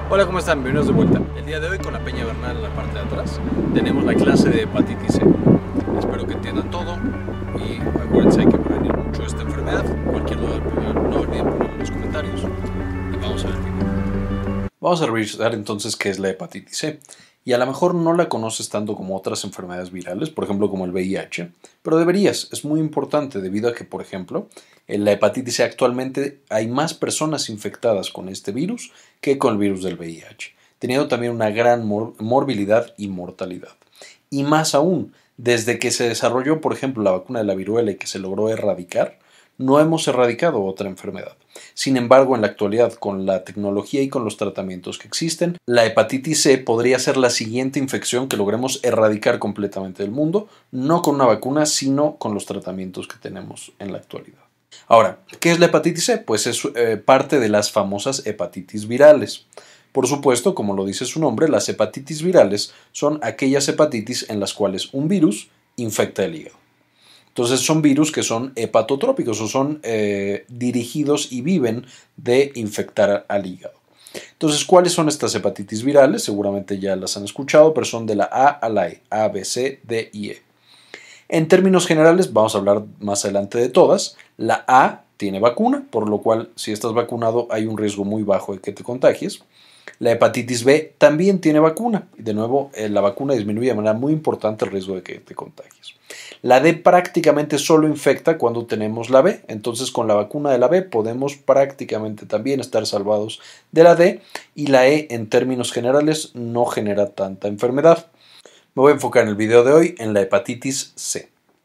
Hola, ¿cómo están? Bienvenidos de vuelta. El día de hoy con la Peña Bernal en la parte de atrás tenemos la clase de hepatitis C. Espero que entiendan todo y acuérdense, hay que prevenir mucho esta enfermedad. Cualquier duda no olviden ponerlo en los comentarios y vamos a ver el video. Vamos a revisar entonces qué es la hepatitis C. Y a lo mejor no la conoces tanto como otras enfermedades virales, por ejemplo como el VIH, pero deberías, es muy importante debido a que, por ejemplo, en la hepatitis C actualmente hay más personas infectadas con este virus que con el virus del VIH, teniendo también una gran morbilidad y mortalidad. Y más aún, desde que se desarrolló, por ejemplo, la vacuna de la viruela y que se logró erradicar, no hemos erradicado otra enfermedad. Sin embargo, en la actualidad, con la tecnología y con los tratamientos que existen, la hepatitis C podría ser la siguiente infección que logremos erradicar completamente del mundo, no con una vacuna, sino con los tratamientos que tenemos en la actualidad. Ahora, ¿qué es la hepatitis C? Pues es parte de las famosas hepatitis virales. Por supuesto, como lo dice su nombre, las hepatitis virales son aquellas hepatitis en las cuales un virus infecta el hígado. Entonces son virus que son hepatotrópicos o son dirigidos y viven de infectar al hígado. Entonces, ¿cuáles son estas hepatitis virales? Seguramente ya las han escuchado, pero son de la A a la E, A, B, C, D y E. En términos generales, vamos a hablar más adelante de todas. La A tiene vacuna, por lo cual si estás vacunado hay un riesgo muy bajo de que te contagies. La hepatitis B también tiene vacuna. Y de nuevo, la vacuna disminuye de manera muy importante el riesgo de que te contagies. La D prácticamente solo infecta cuando tenemos la B. Entonces, con la vacuna de la B podemos prácticamente también estar salvados de la D. Y la E, en términos generales, no genera tanta enfermedad. Me voy a enfocar en el video de hoy en la hepatitis C.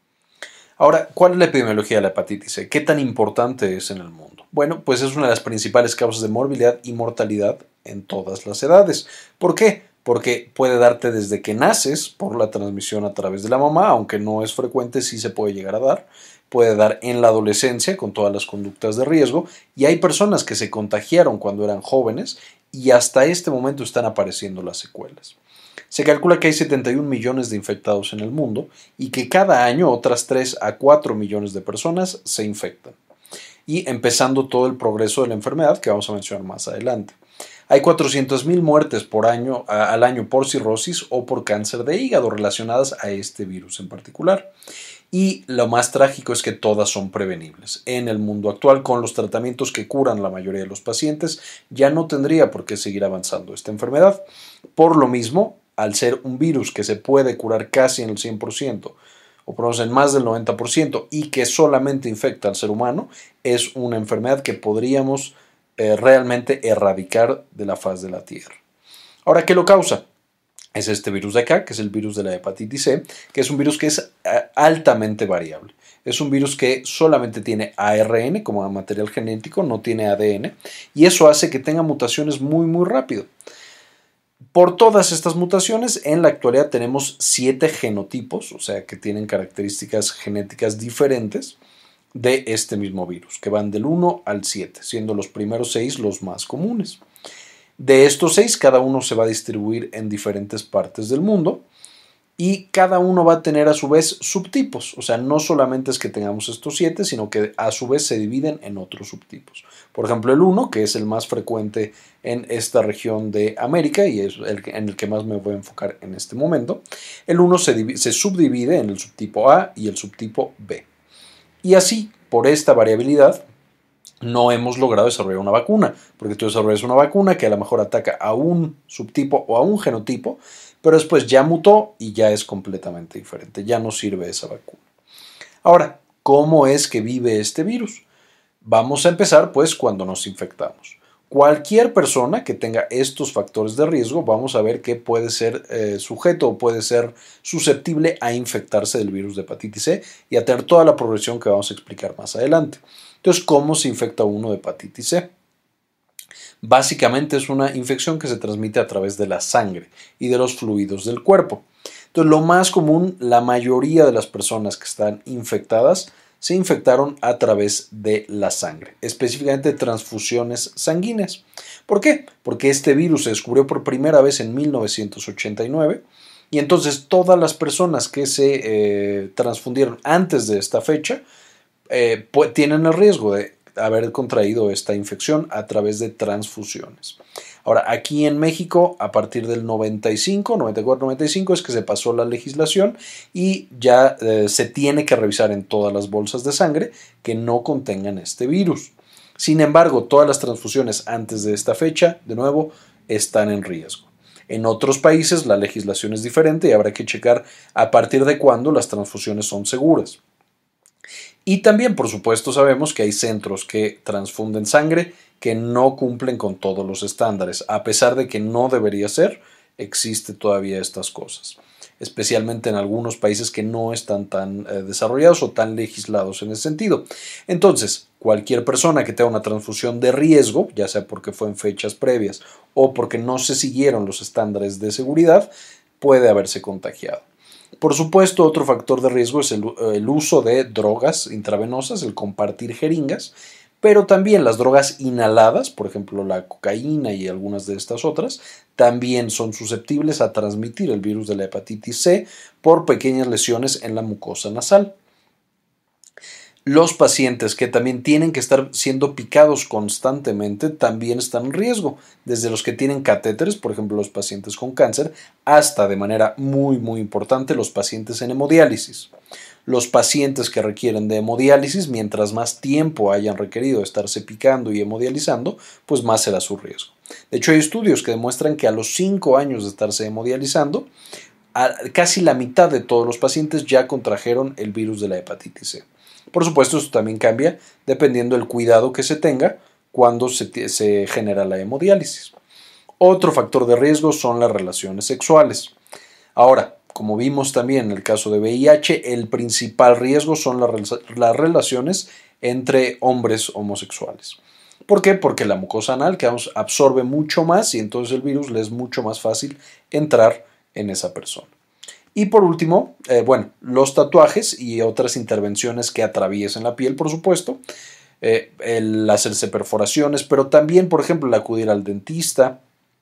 Ahora, ¿cuál es la epidemiología de la hepatitis C? ¿Qué tan importante es en el mundo? Bueno, pues es una de las principales causas de morbilidad y mortalidad en todas las edades. ¿Por qué? Porque puede darte desde que naces por la transmisión a través de la mamá, aunque no es frecuente, sí se puede llegar a dar. Puede dar en la adolescencia con todas las conductas de riesgo y hay personas que se contagiaron cuando eran jóvenes y hasta este momento están apareciendo las secuelas. Se calcula que hay 71 millones de infectados en el mundo y que cada año otras 3 a 4 millones de personas se infectan. Y empezando todo el progreso de la enfermedad que vamos a mencionar más adelante. Hay 400,000 muertes al año por cirrosis o por cáncer de hígado relacionadas a este virus en particular. Y lo más trágico es que todas son prevenibles. En el mundo actual, con los tratamientos que curan la mayoría de los pacientes, ya no tendría por qué seguir avanzando esta enfermedad. Por lo mismo, al ser un virus que se puede curar casi en el 100%, o por lo menos en más del 90%, y que solamente infecta al ser humano, es una enfermedad que podríamos realmente erradicar de la faz de la Tierra. Ahora, ¿qué lo causa? Es este virus de acá, que es el virus de la hepatitis C, que es un virus que es altamente variable. Es un virus que solamente tiene ARN como material genético, no tiene ADN, y eso hace que tenga mutaciones muy, muy rápido. Por todas estas mutaciones, en la actualidad tenemos 7 genotipos, o sea que tienen características genéticas diferentes de este mismo virus, que van del 1 al 7, siendo los primeros 6 los más comunes. De estos 6, cada uno se va a distribuir en diferentes partes del mundo y cada uno va a tener a su vez subtipos. O sea, no solamente es que tengamos estos 7, sino que a su vez se dividen en otros subtipos. Por ejemplo, el 1, que es el más frecuente en esta región de América y es en el que más me voy a enfocar en este momento. El 1 se subdivide en el subtipo A y el subtipo B. Y así, por esta variabilidad, no hemos logrado desarrollar una vacuna, porque tú desarrollas una vacuna que a lo mejor ataca a un subtipo o a un genotipo, pero después ya mutó y ya es completamente diferente, ya no sirve esa vacuna. Ahora, ¿cómo es que vive este virus? Vamos a empezar pues cuando nos infectamos. Cualquier persona que tenga estos factores de riesgo, vamos a ver que puede ser sujeto o puede ser susceptible a infectarse del virus de hepatitis C y a tener toda la progresión que vamos a explicar más adelante. Entonces, ¿cómo se infecta uno de hepatitis C? Básicamente es una infección que se transmite a través de la sangre y de los fluidos del cuerpo. Entonces, lo más común, la mayoría de las personas que están infectadas se infectaron a través de la sangre, específicamente transfusiones sanguíneas. ¿Por qué? Porque este virus se descubrió por primera vez en 1989 y entonces todas las personas que se transfundieron antes de esta fecha tienen el riesgo de haber contraído esta infección a través de transfusiones. Ahora, aquí en México, a partir del 95, 94, 95 es que se pasó la legislación y ya se tiene que revisar en todas las bolsas de sangre que no contengan este virus. Sin embargo, todas las transfusiones antes de esta fecha, de nuevo, están en riesgo. En otros países la legislación es diferente y habrá que checar a partir de cuándo las transfusiones son seguras. Y también, por supuesto, sabemos que hay centros que transfunden sangre que no cumplen con todos los estándares. A pesar de que no debería ser, existe todavía estas cosas, especialmente en algunos países que no están tan desarrollados o tan legislados en ese sentido. Entonces, cualquier persona que tenga una transfusión de riesgo, ya sea porque fue en fechas previas o porque no se siguieron los estándares de seguridad, puede haberse contagiado. Por supuesto, otro factor de riesgo es el uso de drogas intravenosas, el compartir jeringas, pero también las drogas inhaladas, por ejemplo la cocaína y algunas de estas otras, también son susceptibles a transmitir el virus de la hepatitis C por pequeñas lesiones en la mucosa nasal. Los pacientes que también tienen que estar siendo picados constantemente también están en riesgo, desde los que tienen catéteres, por ejemplo los pacientes con cáncer, hasta de manera muy importante los pacientes en hemodiálisis. Los pacientes que requieren de hemodiálisis, mientras más tiempo hayan requerido estarse picando y hemodializando, pues más será su riesgo. De hecho, hay estudios que demuestran que a los 5 años de estarse hemodializando, casi la mitad de todos los pacientes ya contrajeron el virus de la hepatitis C. Por supuesto, esto también cambia dependiendo del cuidado que se tenga cuando se genera la hemodiálisis. Otro factor de riesgo son las relaciones sexuales. Ahora, como vimos también en el caso de VIH, el principal riesgo son las relaciones entre hombres homosexuales. ¿Por qué? Porque la mucosa anal que absorbe mucho más y entonces el virus le es mucho más fácil entrar en esa persona. Y por último, los tatuajes y otras intervenciones que atraviesen la piel, por supuesto, el hacerse perforaciones, pero también, por ejemplo, el acudir al dentista,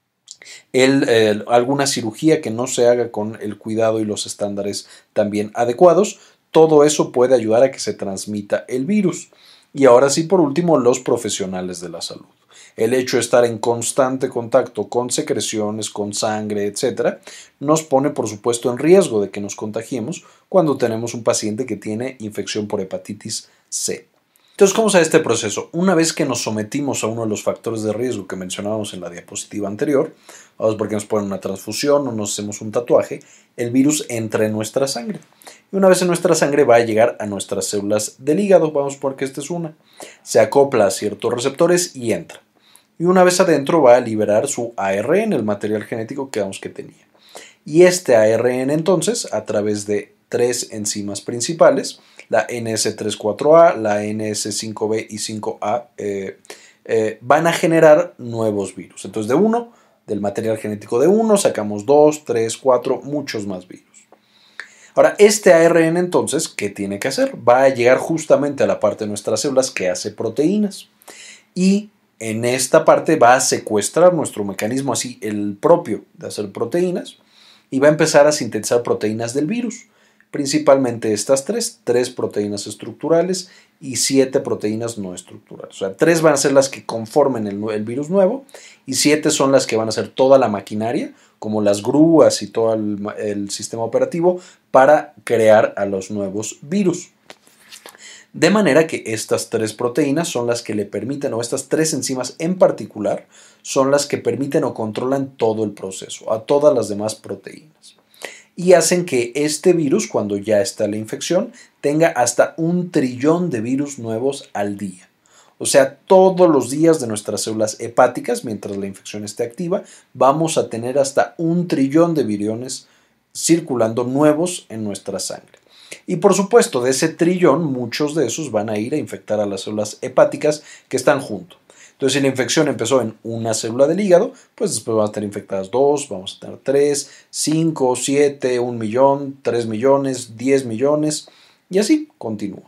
alguna cirugía que no se haga con el cuidado y los estándares también adecuados, todo eso puede ayudar a que se transmita el virus. Y ahora sí, por último, los profesionales de la salud. El hecho de estar en constante contacto con secreciones, con sangre, etc., nos pone, por supuesto, en riesgo de que nos contagiemos cuando tenemos un paciente que tiene infección por hepatitis C. Entonces, ¿cómo se da este proceso? Una vez que nos sometimos a uno de los factores de riesgo que mencionábamos en la diapositiva anterior, vamos porque nos ponen una transfusión o nos hacemos un tatuaje, el virus entra en nuestra sangre. Y una vez en nuestra sangre va a llegar a nuestras células del hígado, vamos porque esta es una. Se acopla a ciertos receptores y entra. Y una vez adentro va a liberar su ARN, el material genético que tenía. Y este ARN entonces, a través de 3 enzimas principales, la NS34A, la NS5B y 5A, van a generar nuevos virus. Entonces del material genético de uno, sacamos 2, 3, 4, muchos más virus. Ahora, este ARN entonces, ¿qué tiene que hacer? Va a llegar justamente a la parte de nuestras células que hace proteínas. Y en esta parte va a secuestrar nuestro mecanismo, así el propio de hacer proteínas, y va a empezar a sintetizar proteínas del virus. Principalmente estas 3 proteínas estructurales y 7 proteínas no estructurales. O sea, 3 van a ser las que conformen el virus nuevo y 7 son las que van a ser toda la maquinaria, como las grúas y todo el sistema operativo para crear a los nuevos virus. De manera que estas 3 proteínas son las que le permiten, o estas 3 enzimas en particular, son las que permiten o controlan todo el proceso, a todas las demás proteínas. Y hacen que este virus, cuando ya está la infección, tenga hasta 1 trillón de virus nuevos al día. O sea, todos los días de nuestras células hepáticas, mientras la infección esté activa, vamos a tener hasta 1 trillón de viriones circulando nuevos en nuestra sangre. Y por supuesto, de ese trillón, muchos de esos van a ir a infectar a las células hepáticas que están junto. Entonces, si la infección empezó en una célula del hígado, pues después van a estar infectadas 2, vamos a tener 3, 5, 7, 1 millón, 3 millones, 10 millones y así continúa.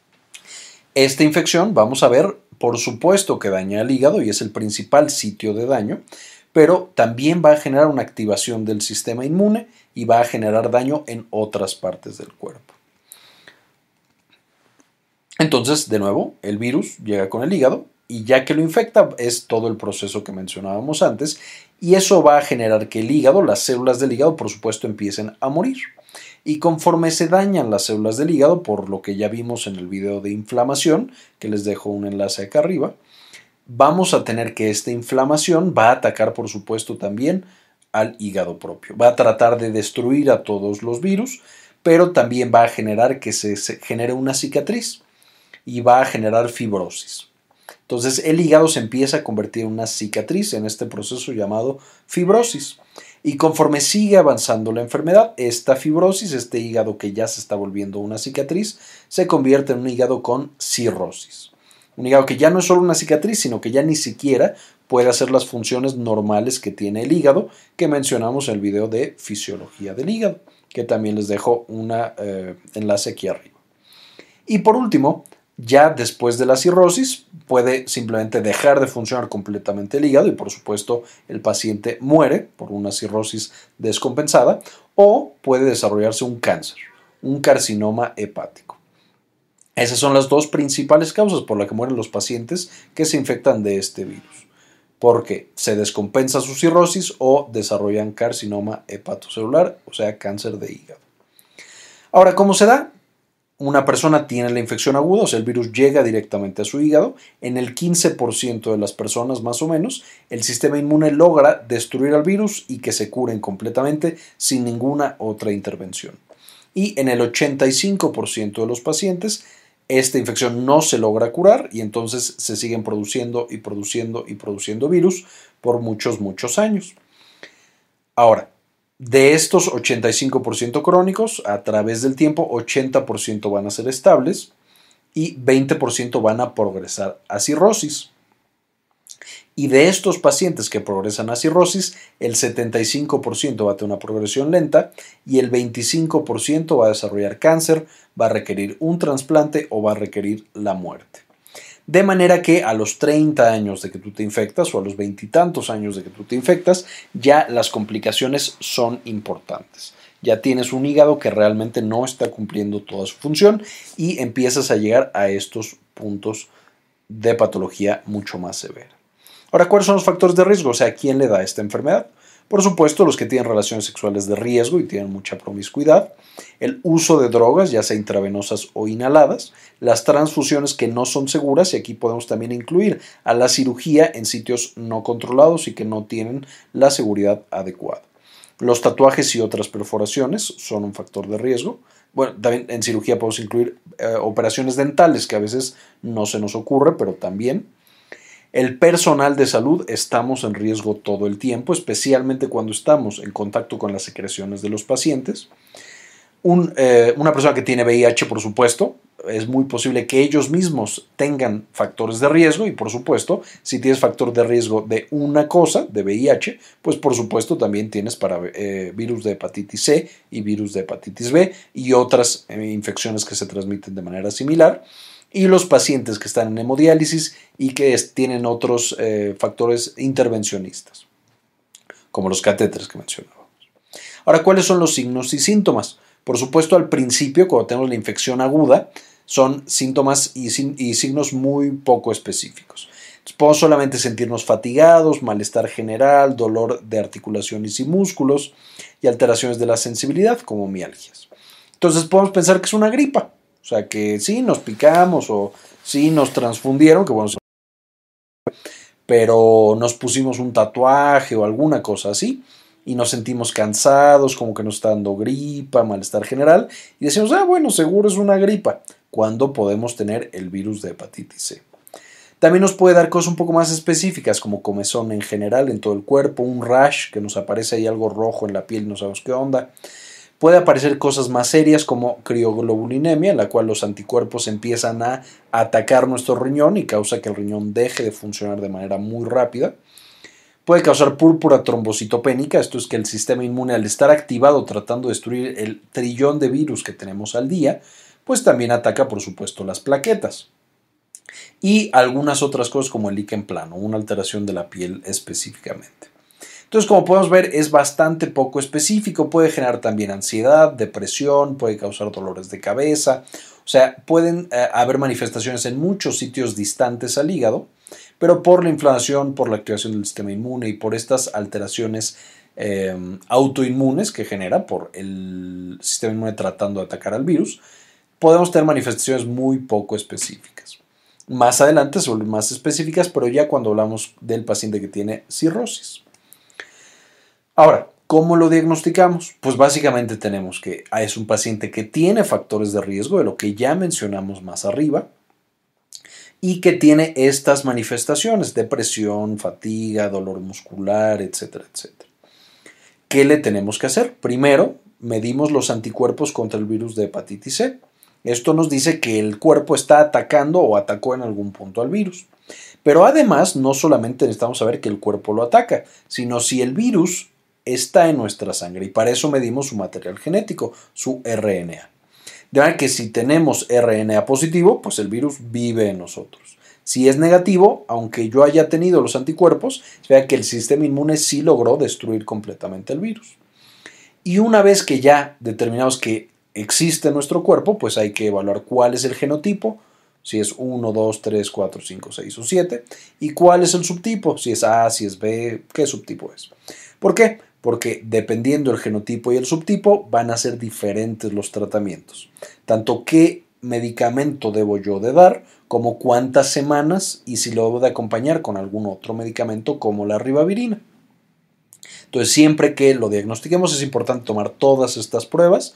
Esta infección, vamos a ver, por supuesto que daña al hígado y es el principal sitio de daño, pero también va a generar una activación del sistema inmune y va a generar daño en otras partes del cuerpo. Entonces, de nuevo, el virus llega con el hígado y ya que lo infecta es todo el proceso que mencionábamos antes, y eso va a generar que el hígado, las células del hígado, por supuesto, empiecen a morir. Y conforme se dañan las células del hígado, por lo que ya vimos en el video de inflamación, que les dejo un enlace acá arriba, vamos a tener que esta inflamación va a atacar, por supuesto, también al hígado propio. Va a tratar de destruir a todos los virus, pero también va a generar que se genere una cicatriz y va a generar fibrosis. Entonces el hígado se empieza a convertir en una cicatriz en este proceso llamado fibrosis. Y conforme sigue avanzando la enfermedad, esta fibrosis, este hígado que ya se está volviendo una cicatriz, se convierte en un hígado con cirrosis. Un hígado que ya no es solo una cicatriz, sino que ya ni siquiera puede hacer las funciones normales que tiene el hígado, que mencionamos en el video de fisiología del hígado, que también les dejo un enlace aquí arriba. Y por último, ya después de la cirrosis, puede simplemente dejar de funcionar completamente el hígado y por supuesto el paciente muere por una cirrosis descompensada o puede desarrollarse un cáncer, un carcinoma hepático. Esas son las dos principales causas por las que mueren los pacientes que se infectan de este virus, porque se descompensa su cirrosis o desarrollan carcinoma hepatocelular, o sea, cáncer de hígado. Ahora, ¿cómo se da? Una persona tiene la infección aguda, o sea, el virus llega directamente a su hígado. En el 15% de las personas, más o menos, el sistema inmune logra destruir al virus y que se curen completamente sin ninguna otra intervención. Y en el 85% de los pacientes, esta infección no se logra curar y entonces se siguen produciendo y produciendo y produciendo virus por muchos, muchos años. Ahora, de estos 85% crónicos, a través del tiempo, 80% van a ser estables y 20% van a progresar a cirrosis. Y de estos pacientes que progresan a cirrosis, el 75% va a tener una progresión lenta y el 25% va a desarrollar cáncer, va a requerir un trasplante o va a requerir la muerte. De manera que a los 30 años de que tú te infectas o a los 20 y tantos años de que tú te infectas, ya las complicaciones son importantes. Ya tienes un hígado que realmente no está cumpliendo toda su función y empiezas a llegar a estos puntos de patología mucho más severa. Ahora, ¿cuáles son los factores de riesgo? O sea, ¿a quién le da esta enfermedad? Por supuesto, los que tienen relaciones sexuales de riesgo y tienen mucha promiscuidad, el uso de drogas, ya sea intravenosas o inhaladas, las transfusiones que no son seguras, y aquí podemos también incluir a la cirugía en sitios no controlados y que no tienen la seguridad adecuada. Los tatuajes y otras perforaciones son un factor de riesgo. Bueno, también en cirugía podemos incluir operaciones dentales, que a veces no se nos ocurre, pero también. El personal de salud estamos en riesgo todo el tiempo, especialmente cuando estamos en contacto con las secreciones de los pacientes. Una persona que tiene VIH, por supuesto, es muy posible que ellos mismos tengan factores de riesgo y, por supuesto, si tienes factor de riesgo de una cosa, de VIH, pues por supuesto también tienes para virus de hepatitis C y virus de hepatitis B y otras infecciones que se transmiten de manera similar. Y los pacientes que están en hemodiálisis y que tienen otros factores intervencionistas, como los catéteres que mencionábamos. Ahora, ¿cuáles son los signos y síntomas? Por supuesto, al principio, cuando tenemos la infección aguda, son síntomas y signos muy poco específicos. Entonces, podemos solamente sentirnos fatigados, malestar general, dolor de articulaciones y músculos y alteraciones de la sensibilidad, como mialgias. Entonces, podemos pensar que es una gripa. O sea, que sí nos picamos o sí nos transfundieron, que bueno, pero nos pusimos un tatuaje o alguna cosa así y nos sentimos cansados, como que nos está dando gripa, malestar general y decimos, bueno, seguro es una gripa, cuando podemos tener el virus de hepatitis C. También nos puede dar cosas un poco más específicas, como comezón en general en todo el cuerpo, un rash que nos aparece ahí algo rojo en la piel y no sabemos qué onda. Puede aparecer cosas más serias como crioglobulinemia, en la cual los anticuerpos empiezan a atacar nuestro riñón y causa que el riñón deje de funcionar de manera muy rápida. Puede causar púrpura trombocitopénica, esto es que el sistema inmune, al estar activado tratando de destruir el trillón de virus que tenemos al día, pues también ataca, por supuesto, las plaquetas. Y algunas otras cosas como el líquen plano, una alteración de la piel específicamente. Entonces, como podemos ver, es bastante poco específico, puede generar también ansiedad, depresión, puede causar dolores de cabeza, o sea, pueden haber manifestaciones en muchos sitios distantes al hígado, pero por la inflamación, por la activación del sistema inmune y por estas alteraciones autoinmunes que genera por el sistema inmune tratando de atacar al virus, podemos tener manifestaciones muy poco específicas. Más adelante se vuelven más específicas, pero ya cuando hablamos del paciente que tiene cirrosis. Ahora, ¿cómo lo diagnosticamos? Pues básicamente tenemos que es un paciente que tiene factores de riesgo, de lo que ya mencionamos más arriba, y que tiene estas manifestaciones: depresión, fatiga, dolor muscular, etcétera, etcétera. ¿Qué le tenemos que hacer? Primero, medimos los anticuerpos contra el virus de hepatitis C. Esto nos dice que el cuerpo está atacando o atacó en algún punto al virus. Pero además, no solamente necesitamos saber que el cuerpo lo ataca, sino si el virus está en nuestra sangre, y para eso medimos su material genético, su RNA. De manera que si tenemos RNA positivo, pues el virus vive en nosotros. Si es negativo, aunque yo haya tenido los anticuerpos, se vea que el sistema inmune sí logró destruir completamente el virus. Y una vez que ya determinamos que existe en nuestro cuerpo, pues hay que evaluar cuál es el genotipo, si es 1, 2, 3, 4, 5, 6 o 7, y cuál es el subtipo, si es A, si es B, qué subtipo es. ¿Por qué? Porque dependiendo del genotipo y el subtipo van a ser diferentes los tratamientos. Tanto qué medicamento debo yo de dar, como cuántas semanas, y si lo debo de acompañar con algún otro medicamento como la ribavirina. Entonces, siempre que lo diagnostiquemos es importante tomar todas estas pruebas.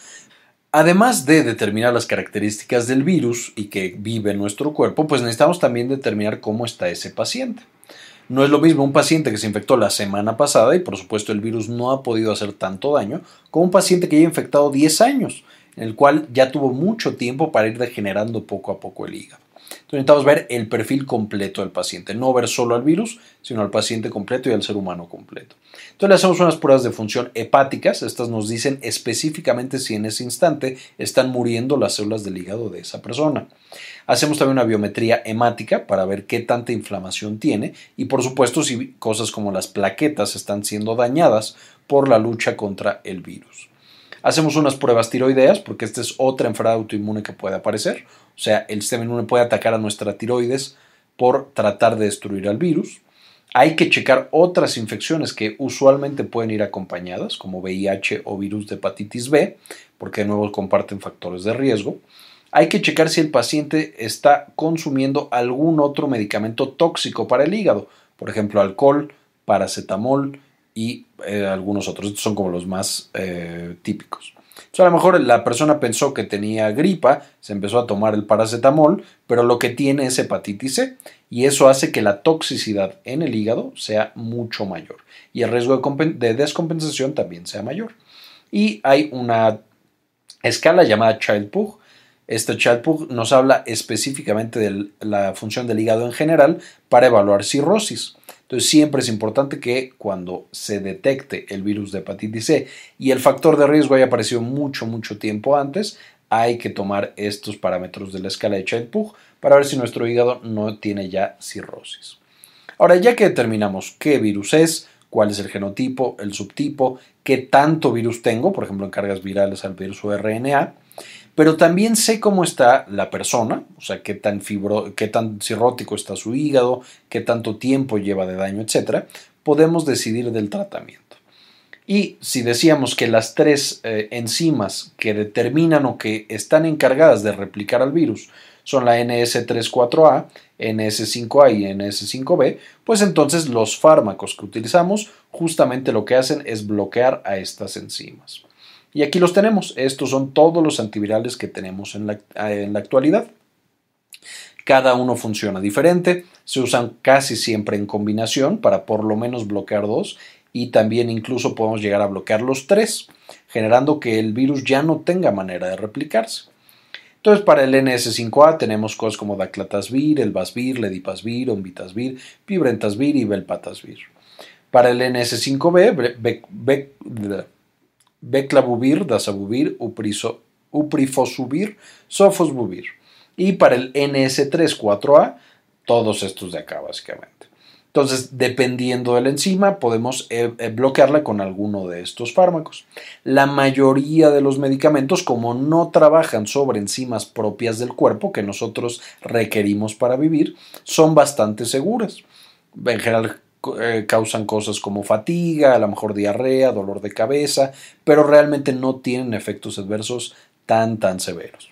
Además de determinar las características del virus y que vive en nuestro cuerpo, pues necesitamos también determinar cómo está ese paciente. No es lo mismo un paciente que se infectó la semana pasada y por supuesto el virus no ha podido hacer tanto daño, como un paciente que lleva infectado 10 años, en el cual ya tuvo mucho tiempo para ir degenerando poco a poco el hígado. Entonces necesitamos ver el perfil completo del paciente, no ver solo al virus, sino al paciente completo y al ser humano completo. Entonces le hacemos unas pruebas de función hepáticas. Estas nos dicen específicamente si en ese instante están muriendo las células del hígado de esa persona. Hacemos también una biometría hemática para ver qué tanta inflamación tiene y por supuesto si cosas como las plaquetas están siendo dañadas por la lucha contra el virus. Hacemos unas pruebas tiroideas porque esta es otra enfermedad autoinmune que puede aparecer. O sea, el sistema inmune puede atacar a nuestra tiroides por tratar de destruir al virus. Hay que checar otras infecciones que usualmente pueden ir acompañadas, como VIH o virus de hepatitis B, porque de nuevo comparten factores de riesgo. Hay que checar si el paciente está consumiendo algún otro medicamento tóxico para el hígado, por ejemplo, alcohol, paracetamol y algunos otros. Estos son como los más típicos. Entonces, a lo mejor la persona pensó que tenía gripa, se empezó a tomar el paracetamol, pero lo que tiene es hepatitis C y eso hace que la toxicidad en el hígado sea mucho mayor y el riesgo de descompensación también sea mayor. Y hay una escala llamada Child-Pugh. Este Child-Pugh nos habla específicamente de la función del hígado en general para evaluar cirrosis. Entonces siempre es importante que cuando se detecte el virus de hepatitis C y el factor de riesgo haya aparecido mucho tiempo antes, hay que tomar estos parámetros de la escala de Child-Pugh para ver si nuestro hígado no tiene ya cirrosis. Ahora, ya que determinamos qué virus es, cuál es el genotipo, el subtipo, qué tanto virus tengo, por ejemplo en cargas virales al virus o RNA, pero también sé cómo está la persona, o sea, qué tan cirrótico está su hígado, qué tanto tiempo lleva de daño, etc., podemos decidir del tratamiento. Y si decíamos que las tres enzimas que determinan o que están encargadas de replicar al virus son la NS34A, NS5A y NS5B, pues entonces los fármacos que utilizamos justamente lo que hacen es bloquear a estas enzimas. Y aquí los tenemos. Estos son todos los antivirales que tenemos en la actualidad. Cada uno funciona diferente. Se usan casi siempre en combinación para por lo menos bloquear dos y también incluso podemos llegar a bloquear los tres, generando que el virus ya no tenga manera de replicarse. Entonces, para el NS5A tenemos cosas como daclatasvir, elbasvir, ledipasvir, onvitasvir, pibrentasvir y belpatasvir. Para el NS5B, beclabuvir, dazabuvir, uprifosbuvir, sofosbuvir. Y para el NS34A, todos estos de acá básicamente. Entonces, dependiendo de la enzima, podemos bloquearla con alguno de estos fármacos. La mayoría de los medicamentos, como no trabajan sobre enzimas propias del cuerpo que nosotros requerimos para vivir, son bastante seguras. En general, causan cosas como fatiga, a lo mejor diarrea, dolor de cabeza, pero realmente no tienen efectos adversos tan severos.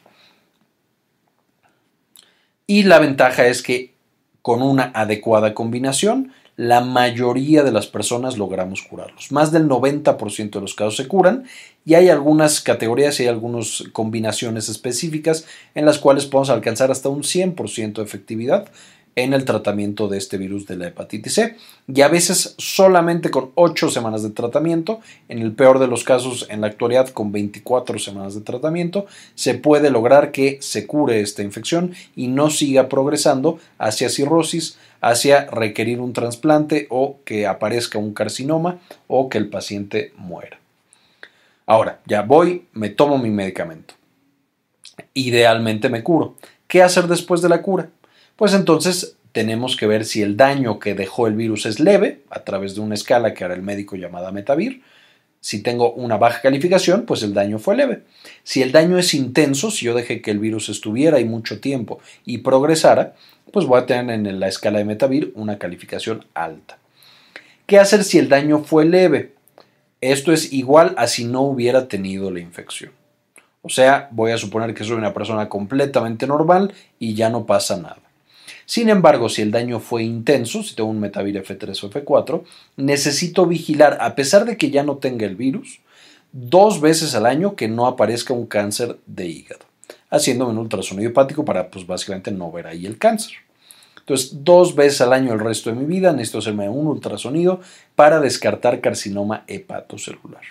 Y la ventaja es que con una adecuada combinación, la mayoría de las personas logramos curarlos. Más del 90% de los casos se curan y hay algunas categorías y hay algunas combinaciones específicas en las cuales podemos alcanzar hasta un 100% de efectividad en el tratamiento de este virus de la hepatitis C, y a veces solamente con 8 semanas de tratamiento, en el peor de los casos en la actualidad con 24 semanas de tratamiento, se puede lograr que se cure esta infección y no siga progresando hacia cirrosis, hacia requerir un trasplante o que aparezca un carcinoma o que el paciente muera. Ahora, ya voy, me tomo mi medicamento. Idealmente me curo. ¿Qué hacer después de la cura? Pues entonces tenemos que ver si el daño que dejó el virus es leve, a través de una escala que hará el médico llamada Metavir. Si tengo una baja calificación, pues el daño fue leve. Si el daño es intenso, si yo dejé que el virus estuviera ahí mucho tiempo y progresara, pues voy a tener en la escala de Metavir una calificación alta. ¿Qué hacer si el daño fue leve? Esto es igual a si no hubiera tenido la infección. O sea, voy a suponer que soy una persona completamente normal y ya no pasa nada. Sin embargo, si el daño fue intenso, si tengo un Metavir F3 o F4, necesito vigilar, a pesar de que ya no tenga el virus, 2 veces al año que no aparezca un cáncer de hígado, haciéndome un ultrasonido hepático para, pues básicamente, no ver ahí el cáncer. Entonces, 2 veces al año el resto de mi vida necesito hacerme un ultrasonido para descartar carcinoma hepatocelular.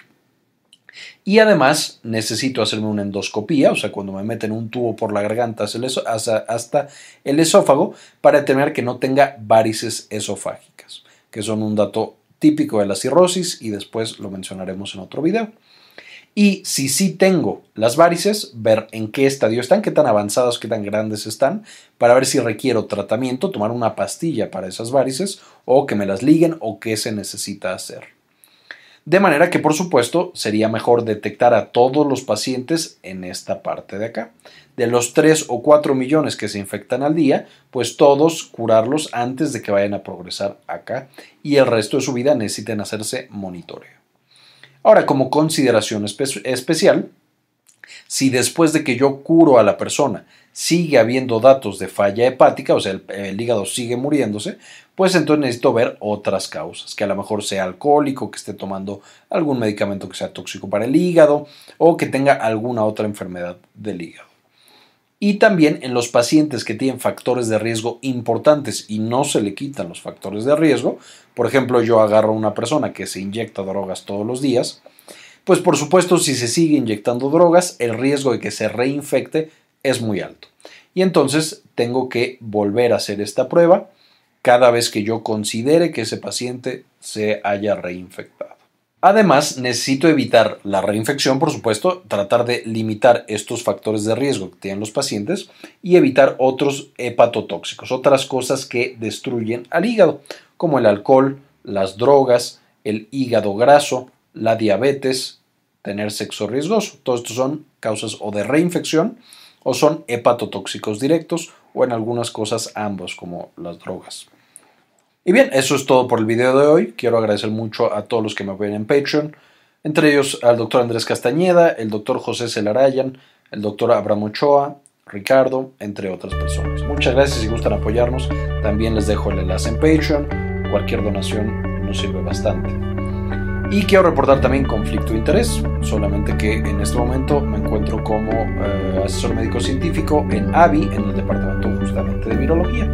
Y además necesito hacerme una endoscopía, o sea, cuando me meten un tubo por la garganta hasta el esófago, para determinar que no tenga varices esofágicas, que son un dato típico de la cirrosis y después lo mencionaremos en otro video. Y si sí tengo las varices, ver en qué estadio están, qué tan avanzadas, qué tan grandes están, para ver si requiero tratamiento, tomar una pastilla para esas varices, o que me las liguen, o qué se necesita hacer. De manera que, por supuesto, sería mejor detectar a todos los pacientes en esta parte de acá. De los 3 o 4 millones que se infectan al día, pues todos curarlos antes de que vayan a progresar acá y el resto de su vida necesiten hacerse monitoreo. Ahora, como consideración especial, si después de que yo curo a la persona sigue habiendo datos de falla hepática, o sea, el hígado sigue muriéndose, pues entonces necesito ver otras causas, que a lo mejor sea alcohólico, que esté tomando algún medicamento que sea tóxico para el hígado o que tenga alguna otra enfermedad del hígado. Y también en los pacientes que tienen factores de riesgo importantes y no se le quitan los factores de riesgo, por ejemplo, yo agarro a una persona que se inyecta drogas todos los días, pues por supuesto si se sigue inyectando drogas, el riesgo de que se reinfecte es muy alto. Y entonces tengo que volver a hacer esta prueba cada vez que yo considere que ese paciente se haya reinfectado. Además, necesito evitar la reinfección, por supuesto, tratar de limitar estos factores de riesgo que tienen los pacientes y evitar otros hepatotóxicos, otras cosas que destruyen al hígado, como el alcohol, las drogas, el hígado graso, la diabetes, tener sexo riesgoso. Todos estos son causas o de reinfección o son hepatotóxicos directos o en algunas cosas ambos, como las drogas. Y bien, eso es todo por el video de hoy. Quiero agradecer mucho a todos los que me apoyan en Patreon, entre ellos al doctor Andrés Castañeda, el doctor José Celarayan, el doctor Abraham Ochoa, Ricardo, entre otras personas. Muchas gracias si gustan apoyarnos. También les dejo el enlace en Patreon. Cualquier donación nos sirve bastante. Y quiero reportar también conflicto de interés, solamente que en este momento me encuentro como asesor médico científico en AVI, en el departamento justamente de virología.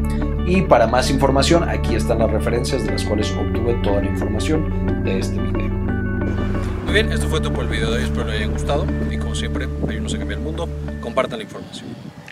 Y para más información, aquí están las referencias de las cuales obtuve toda la información de este video. Muy bien, esto fue todo por el video de hoy, espero les haya gustado y como siempre, ayúdenos a cambiar el mundo, compartan la información.